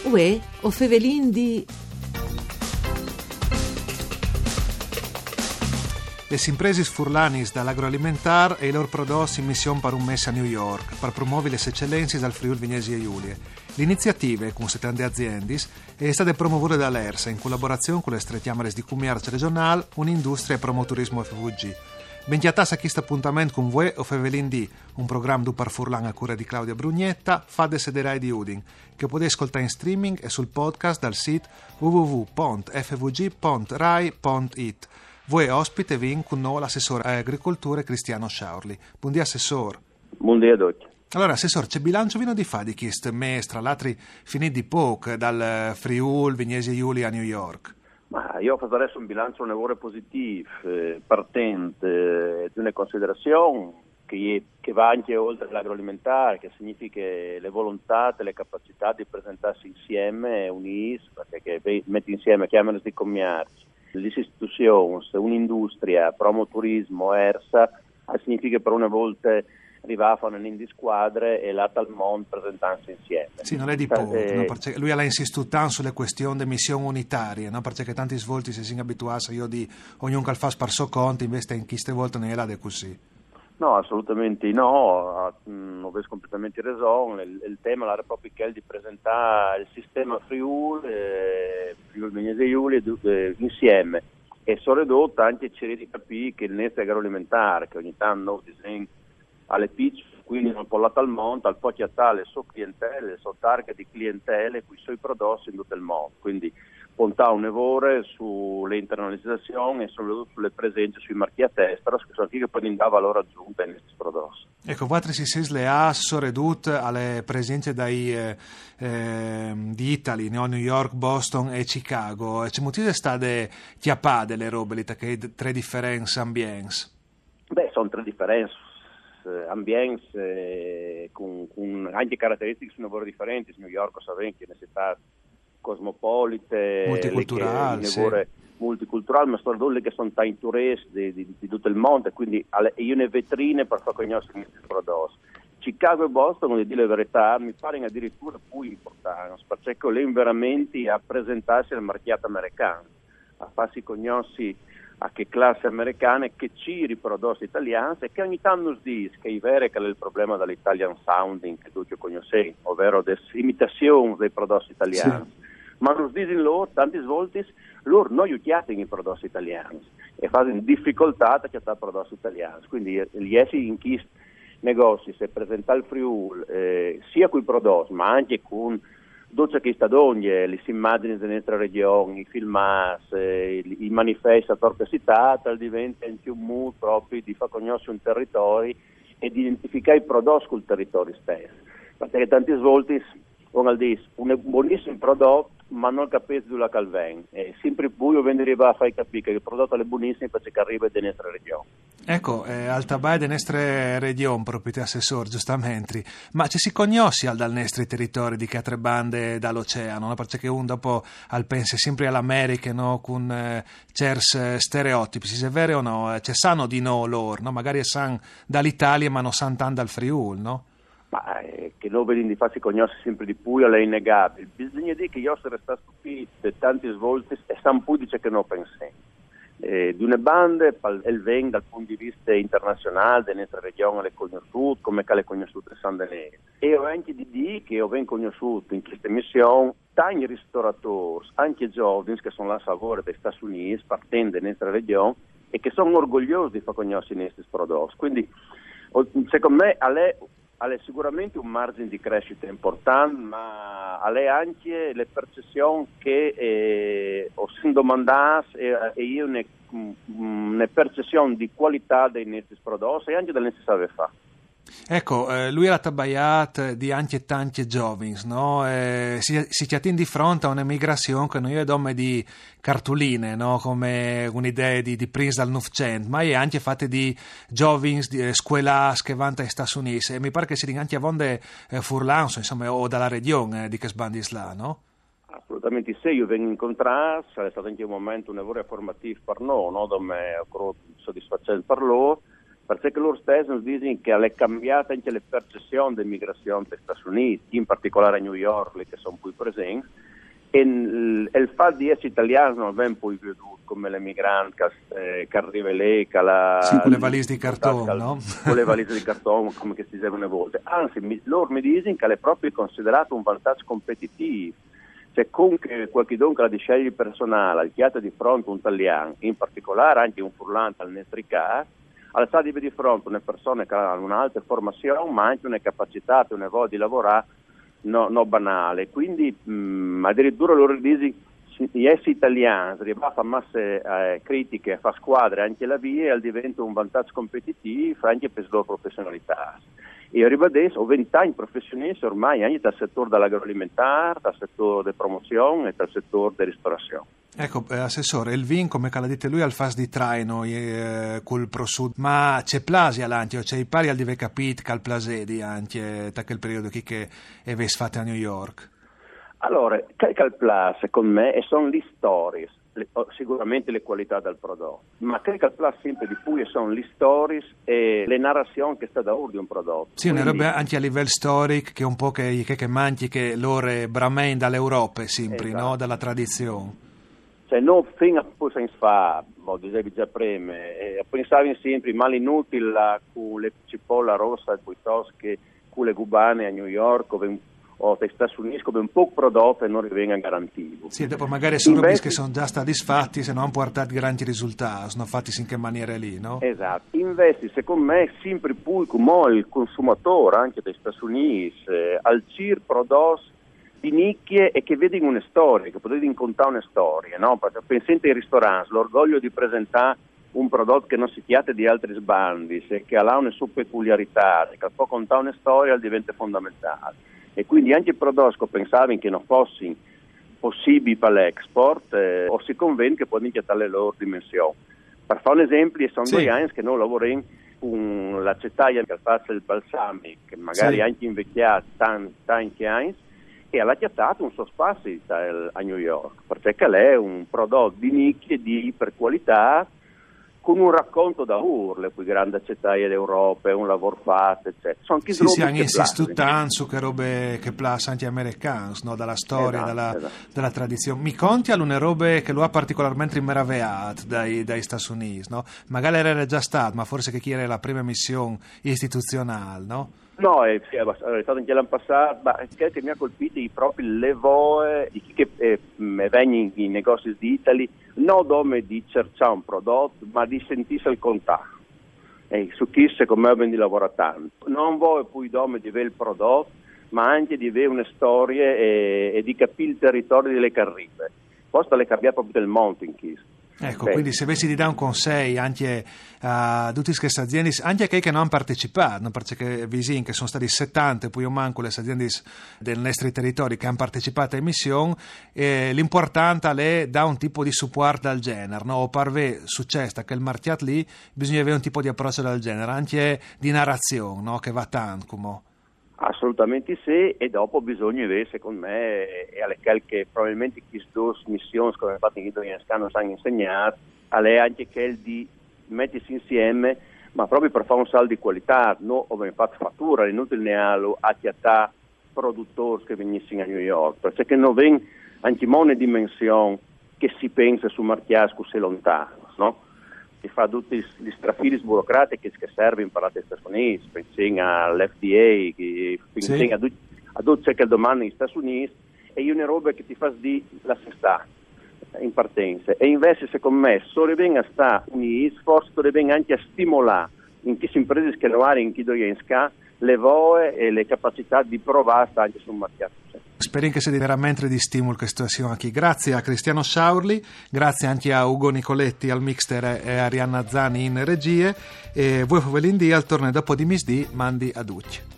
Uè, o fevelin di... Le imprese furlanis dall'agroalimentar e i loro prodotti in missione per un mese a New York per promuovere le eccellenze dal Friuli Venezia Giulia. L'iniziativa, con 70 aziende, è stata promovuta dall'ERSA in collaborazione con le stretti Camere di Commercio regionale, un'industria e promoturismo FVG. Benchiatassa a questo appuntamento con voi o Fevelin D, un programma du par Furlan a cura di Claudia Brugnetta, fa de sederai di Udin, che potete ascoltare in streaming e sul podcast dal sito www.fvg.rai.it. Voi ospite vin con noi l'assessore agricoltura Cristiano Sciaurli. Buondì assessore. Buondì a tutti. Allora, assessore, c'è bilancio vino di fa di questo mese, tra l'altro finì di poco, dal Friuli, Venezia Giulia a New York? Ma io faccio adesso un bilancio un lavoro positivo, partente di una considerazione che va anche oltre l'agroalimentare, che significa le volontà e le capacità di presentarsi insieme, unirsi, perché metti insieme chiamano di commercio, le istituzioni, un'industria, promoturismo, ERSA, significa per una volta arrivare a fare di squadre e là tal mondo presentarsi insieme. Sì, non è di poco, no? Perché lui ha insistito tanto sulle questioni di missioni unitarie, no? Perché tanti svolti si sono abituati io di ognuno che fa per suo conto, invece in queste volte non è là così. No, assolutamente no, avete completamente ragione, il tema era proprio quello di presentare il sistema Friuli Venezia Giulia insieme e soprattutto anche cercare di capire che il nostro agroalimentare, che ogni tanto disegna alle pitch, quindi non parlato al mondo, al pochi le sue clientele, le sue targhe di clientele, con i suoi prodotti in tutto il mondo, quindi puntare un lavoro sulle internalizzazioni e sulle presenze sui marchi a testa, che sono che poi dà valore aggiunto ai nostri prodotti. Ecco, voi si le ha soredut alle presenze di Italy, New York, Boston e Chicago. C'è motivo state chiappate le robe, che tre differenze ambienti? Beh, sono tre differenze. Ambienti con anche caratteristiche su un lavoro differenti. New York sapete che è una città cosmopolite, multiculturale, multiculturale, ma sono due che sono tanti turisti di tutto il mondo, quindi io ne vetrine per far conoscere questi prodotti. Chicago e Boston, devo dire la verità, mi pare addirittura più importanti, perché lei veramente a presentarsi al mercato americano, a farsi conoscere a che classe americana che ci riprodotti italiani e che ogni tanto nos dice che è vero che è il problema dell'Italian sounding che tutti conosciamo, ovvero dell'imitazione dei prodotti italiani, sì. Ma nos dicono loro tanti volte loro non aiutano i prodotti italiani e fanno difficoltà a accettare prodotti italiani, quindi gli essi in questi negozi se presentare il Friuli sia con i prodotti ma anche con Dolce che sta d'ogni, le immagini delle nostre regioni, i filmati, i manifesti a torta citata, diventa anche un mood proprio di far conoscere un territorio e di identificare i prodotti sul territorio stesso. Perché tanti volte un buonissimo prodotto, ma non capisci dove calven. Sempre più venire a far capire che il prodotto è buonissimo perché arriva dalle nostre regioni. Ecco, Altabai delle nostre regioni, proprio assessore, giustamente, ma ci si conosce dal nostro territorio di che altre bande dall'oceano, no? Perché uno dopo pensa sempre all'America, no? Con certi stereotipi, se è vero o no, ci sanno di no loro, no? Magari sanno dall'Italia ma non sanno tanto dal Friuli, no? Ma che noi vediamo di farsi conoscere sempre di più è innegabile. Bisogna dire che io sono stato stupito tanti svolte e San Pù dice che non pensiamo. Di una banda il vengo dal punto di vista internazionale delle nostre regioni le conosciute come che le conosciute San Deneghe e ho anche di dire che ho ben conosciuto in questa missione tanti ristoratori anche giovani che sono là a favore dei Stati Uniti partendo dalle nostre regioni e che sono orgogliosi di far conoscere i nostri prodotti, quindi secondo me è sicuramente un margine di crescita importante, ma è anche le percezioni che ho sentito domandare e io una percezione di qualità dei nostri prodotti e anche del nostro saper fare. Ecco, lui era tabbaiato di anche tanti giovani, no? Si tiene di fronte a un'emigrazione che non è come di cartoline, no? Come un'idea di Prince dal Novecento, ma è anche fatta di giovani, di scuolas che vanno agli Stati Uniti e mi pare che si dica anche a vonde Furlanso, insomma, o dalla regione di che sbandi là, no? Assolutamente sì, io vengo incontrato, è stato anche un momento un lavoro formativo per noi, no? Dove ho soddisfacente per loro. perché loro stessi ci dicono che è cambiata anche la percezione dell'immigrazione negli Stati Uniti, in particolare a New York, che sono più presenti, e il fatto di essere italiani non viene poi veduto come l'emigrante che arriva lì, che con le valigie di cartone, no? Con le valigie di cartone, come che si diceva una volta. Anzi, loro mi dicono che è proprio considerato un vantaggio competitivo. Cioè, comunque qualcuno che la di scegli personale, al chiato di fronte un italiano, in particolare anche un furlante al nestricato, al stato di fronte una persona che ha un'altra formazione, ma anche una capacità, una voglia di lavorare no banale. Quindi addirittura loro dicono gli essi italiani arrivano a fare masse critiche, a fare squadre anche la via e diventa un vantaggio competitivo anche per le loro professionalità. E arriva adesso, ho 20 anni professionisti ormai anche dal settore dell'agroalimentare, dal settore della promozione e dal settore della ristorazione. Ecco, Assessore, il vin, come l'ha detto lui, al fas di traino col prosud, ma c'è plasi all'anti, o c'è i pari al dive capit che al plasedi anche da quel periodo che avesse fatto a New York? Allora, che il plus, secondo me, sono le stories, sicuramente le qualità del prodotto, ma che il plus sempre di più sono le stories e le narrazioni che sta da ora di un prodotto. Sì, una roba anche a livello storico, che è un po' che manchi, che loro bramen dall'Europa, sempre, esatto. No? Dalla tradizione. Cioè, non fino a poco senso fa, dicevi già prima, pensavi sempre male inutile con le cipolla rossa piuttosto che con le cubane a New York o negli Stati Uniti come un po' prodotto e non rivenga garantito. Sì, dopo magari sono robe che sono già soddisfatti se non hanno portato grandi risultati, sono fatti in che maniera lì, no? Esatto, invece secondo me sempre più come il consumatore anche degli Stati Uniti al CIR prodotti di nicchie e che vedi una storia, che potete incontrare una storia, no? Perché pensate ai ristoranti, l'orgoglio di presentare un prodotto che non si chiate di altri sbandi, che ha una sua peculiarità, che può contare una storia diventa fondamentale. E quindi anche i prodotti che pensavano che non fossero possibili per l'export o si convince che possono chiedere le loro dimensioni. Per fare un esempio, sono 2 anni che noi lavoriamo con l'acetaia che fa il balsamico, che magari anche invecchiato tanti anni, e ha chiatato un suo spazio a New York, perché è un prodotto di nicchia, di iperqualità, con un racconto da urle, poi grande acetaia d'Europa, un lavoro fatto, eccetera. Sono sì, hanno insistito tanto su che robe che plus anti-americani, no? Dalla storia, dalla tradizione. Mi conti alcune robe che lo ha particolarmente immeravigliato dai Stati Uniti, no? Magari era già stato, ma forse che chi era la prima missione istituzionale, no? No, è stato anche l'anno passato, ma che mi ha colpito proprio le voce di chi che vengono in negozi di Italia, non come di cercare un prodotto, ma di sentirsi il contatto. Su chi secondo me ben di lavorare tanto. Non vuoi poi dome di vedere il prodotto, ma anche di vedere una storia e di capire il territorio delle Carribe. Posta le cambiare proprio del mondo in chi. Ecco, quindi se avessi di dare un consiglio anche a tutte queste aziende, anche a chi che non hanno partecipato, no? Perché visin che sono stati 70, poi io manco le aziende del nostro territorio che hanno partecipato a emissione, l'importante è dare un tipo di supporto del genere, no? O parve successo che il marchiato lì bisogna avere un tipo di approccio del genere, anche di narrazione, no? Che va tanto come... Assolutamente sì, e dopo bisogna vedere, secondo me, e alle che probabilmente queste 2 missioni come ha fatto in Indonesia non hanno insegnato, è anche quel di mettersi insieme, ma proprio per fare un salto di qualità, no? O ben fatto fattura, inutile neanche a chiattare produttori che venissero a New York, perché non vengono anche una dimensione che si pensa su marchiasco così lontano, no? Che fa tutti gli strafili burocratici che servono per la Stati Uniti, pensiamo all'FDA, pensiamo a tutte le domande negli Stati Uniti, e è una roba che ti fa di la stessa in partenza. E invece, secondo me, se venga a stare uniti, forse venga anche a stimolare in queste imprese che lavorano in Chidoienska le voce e le capacità di provare anche sul mercato. Spero che sia veramente di stimolo questa situazione qui. Grazie a Cristiano Sciaurli, grazie anche a Ugo Nicoletti al mixter e a Arianna Zani in regie, e voi Fovelindì al torneo dopo di misdì mandi a Ducci.